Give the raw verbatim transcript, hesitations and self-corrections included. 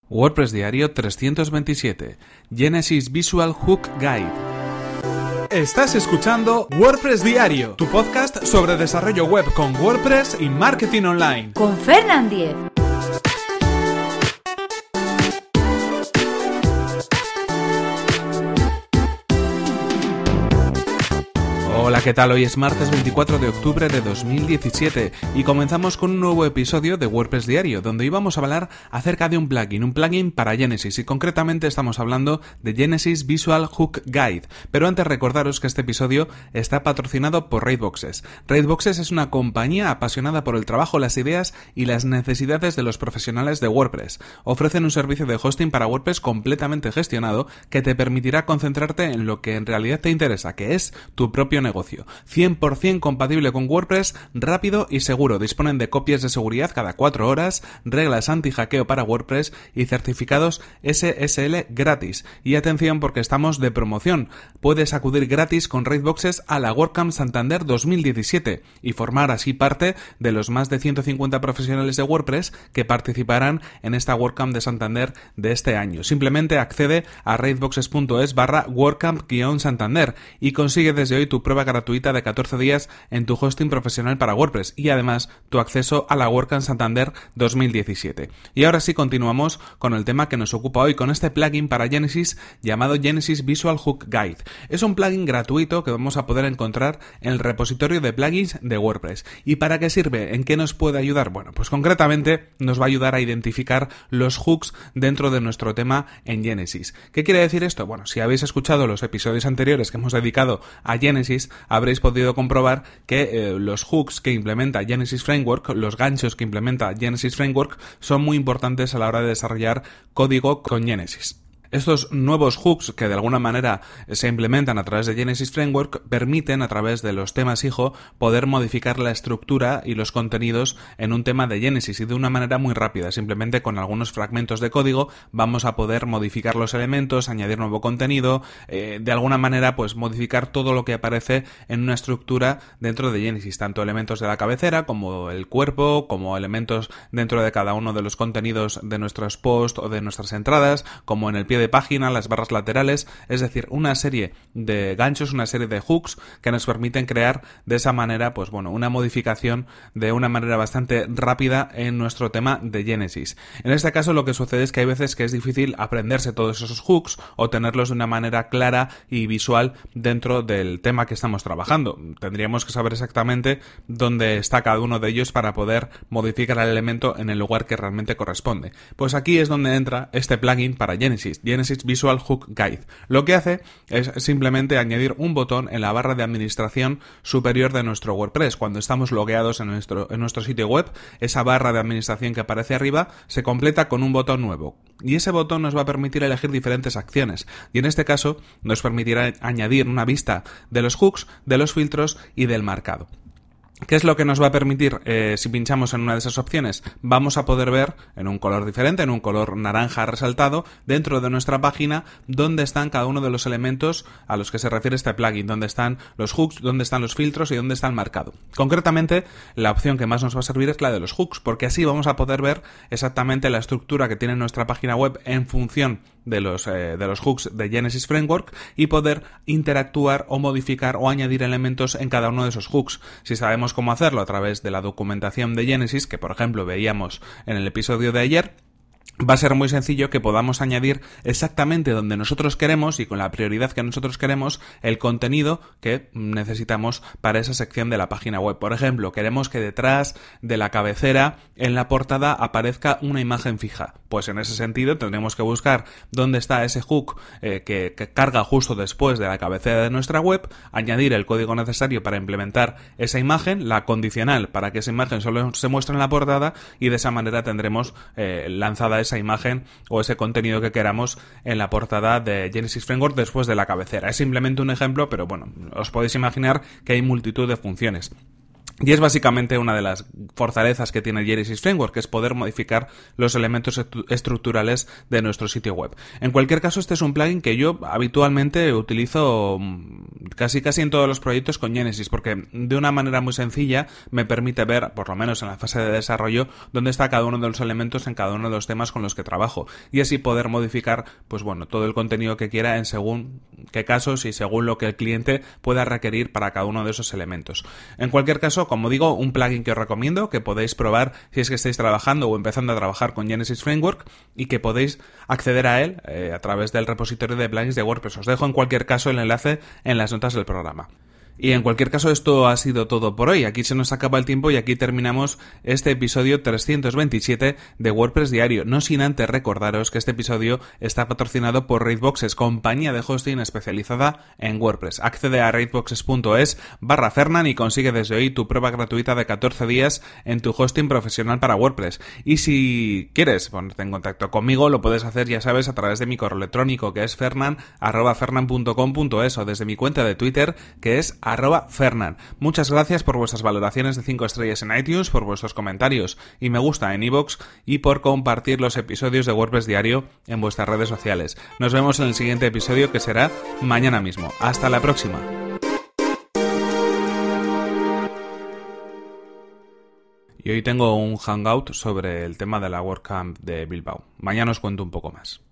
WordPress Diario trescientos veintisiete, Genesis Visual Hook Guide. Estás escuchando WordPress Diario, tu podcast sobre desarrollo web con WordPress y marketing online. Con Fernand Diez. Hola, ¿qué tal? Hoy es martes veinticuatro de octubre de dos mil diecisiete y comenzamos con un nuevo episodio de WordPress Diario, donde íbamos a hablar acerca de un plugin, un plugin para Genesis, y concretamente estamos hablando de Genesis Visual Hook Guide. Pero antes recordaros que este episodio está patrocinado por Raidboxes. Raidboxes es una compañía apasionada por el trabajo, las ideas y las necesidades de los profesionales de WordPress. Ofrecen un servicio de hosting para WordPress completamente gestionado que te permitirá concentrarte en lo que en realidad te interesa, que es tu propio negocio. cien por ciento compatible con WordPress, rápido y seguro. Disponen de copias de seguridad cada cuatro horas, reglas anti-hackeo para WordPress y certificados S S L gratis. Y atención, porque estamos de promoción. Puedes acudir gratis con Raidboxes a la WordCamp Santander dos mil diecisiete y formar así parte de los más de ciento cincuenta profesionales de WordPress que participarán en esta WordCamp de Santander de este año. Simplemente accede a raidboxes.es barra WordCamp-Santander y consigue desde hoy tu prueba gratuita de catorce días en tu hosting profesional para WordPress y además tu acceso a la WordCamp Santander dos mil diecisiete. Y ahora sí continuamos con el tema que nos ocupa hoy, con este plugin para Genesis llamado Genesis Visual Hook Guide. Es un plugin gratuito que vamos a poder encontrar en el repositorio de plugins de WordPress. ¿Y para qué sirve? ¿En qué nos puede ayudar? Bueno, pues concretamente nos va a ayudar a identificar los hooks dentro de nuestro tema en Genesis. ¿Qué quiere decir esto? Bueno, si habéis escuchado los episodios anteriores que hemos dedicado a Genesis, habréis podido comprobar que eh, los hooks que implementa Genesis Framework, los ganchos que implementa Genesis Framework, son muy importantes a la hora de desarrollar código con Genesis. Estos nuevos hooks que de alguna manera se implementan a través de Genesis Framework permiten a través de los temas hijo poder modificar la estructura y los contenidos en un tema de Genesis y de una manera muy rápida. Simplemente con algunos fragmentos de código vamos a poder modificar los elementos, añadir nuevo contenido, eh, de alguna manera pues modificar todo lo que aparece en una estructura dentro de Genesis, tanto elementos de la cabecera como el cuerpo, como elementos dentro de cada uno de los contenidos de nuestros posts o de nuestras entradas, como en el pie de página, las barras laterales, es decir, una serie de ganchos, una serie de hooks que nos permiten crear de esa manera, pues bueno, una modificación de una manera bastante rápida en nuestro tema de Genesis. En este caso lo que sucede es que hay veces que es difícil aprenderse todos esos hooks o tenerlos de una manera clara y visual dentro del tema que estamos trabajando. Tendríamos que saber exactamente dónde está cada uno de ellos para poder modificar el elemento en el lugar que realmente corresponde. Pues aquí es donde entra este plugin para Genesis, Genesis Visual Hook Guide. Lo que hace es simplemente añadir un botón en la barra de administración superior de nuestro WordPress. Cuando estamos logueados en nuestro, en nuestro sitio web, esa barra de administración que aparece arriba se completa con un botón nuevo. Y ese botón nos va a permitir elegir diferentes acciones. Y en este caso nos permitirá añadir una vista de los hooks, de los filtros y del marcado. ¿Qué es lo que nos va a permitir? Eh, si pinchamos en una de esas opciones, vamos a poder ver en un color diferente, en un color naranja resaltado, dentro de nuestra página, dónde están cada uno de los elementos a los que se refiere este plugin, dónde están los hooks, dónde están los filtros y dónde está el marcado. Concretamente, la opción que más nos va a servir es la de los hooks, porque así vamos a poder ver exactamente la estructura que tiene nuestra página web en función de los, eh, de los hooks de Genesis Framework y poder interactuar o modificar o añadir elementos en cada uno de esos hooks. Si sabemos cómo hacerlo a través de la documentación de Genesis, que por ejemplo veíamos en el episodio de ayer, va a ser muy sencillo que podamos añadir exactamente donde nosotros queremos y con la prioridad que nosotros queremos el contenido que necesitamos para esa sección de la página web. Por ejemplo, queremos que detrás de la cabecera en la portada aparezca una imagen fija. Pues en ese sentido tendremos que buscar dónde está ese hook eh, que, que carga justo después de la cabecera de nuestra web, añadir el código necesario para implementar esa imagen, la condicional para que esa imagen solo se muestre en la portada y de esa manera tendremos eh, lanzada esa imagen o ese contenido que queramos en la portada de Genesis Framework después de la cabecera. Es simplemente un ejemplo, pero bueno, os podéis imaginar que hay multitud de funciones. Y es básicamente una de las fortalezas que tiene Genesis Framework, que es poder modificar los elementos estructurales de nuestro sitio web. En cualquier caso, este es un plugin que yo habitualmente utilizo casi casi en todos los proyectos con Genesis, porque de una manera muy sencilla me permite ver, por lo menos en la fase de desarrollo, dónde está cada uno de los elementos en cada uno de los temas con los que trabajo, y así poder modificar, pues bueno, todo el contenido que quiera en según qué casos y según lo que el cliente pueda requerir para cada uno de esos elementos. En cualquier caso, como digo, un plugin que os recomiendo, que podéis probar si es que estáis trabajando o empezando a trabajar con Genesis Framework, y que podéis acceder a él eh, a través del repositorio de plugins de WordPress. Os dejo en cualquier caso el enlace en las notas del programa. Y en cualquier caso, esto ha sido todo por hoy. Aquí se nos acaba el tiempo y aquí terminamos este episodio trescientos veintisiete de WordPress Diario. No sin antes recordaros que este episodio está patrocinado por Raidboxes, compañía de hosting especializada en WordPress. Accede a raidboxes.es barra Fernan y consigue desde hoy tu prueba gratuita de catorce días en tu hosting profesional para WordPress. Y si quieres ponerte en contacto conmigo, lo puedes hacer, ya sabes, a través de mi correo electrónico, que es fernan arroba fernan punto com punto es, o desde mi cuenta de Twitter, que es arroba Fernan. Muchas gracias por vuestras valoraciones de cinco estrellas en iTunes, por vuestros comentarios y me gusta en iVoox y por compartir los episodios de WordPress Diario en vuestras redes sociales. Nos vemos en el siguiente episodio, que será mañana mismo. Hasta la próxima. Y hoy tengo un hangout sobre el tema de la WordCamp de Bilbao. Mañana os cuento un poco más.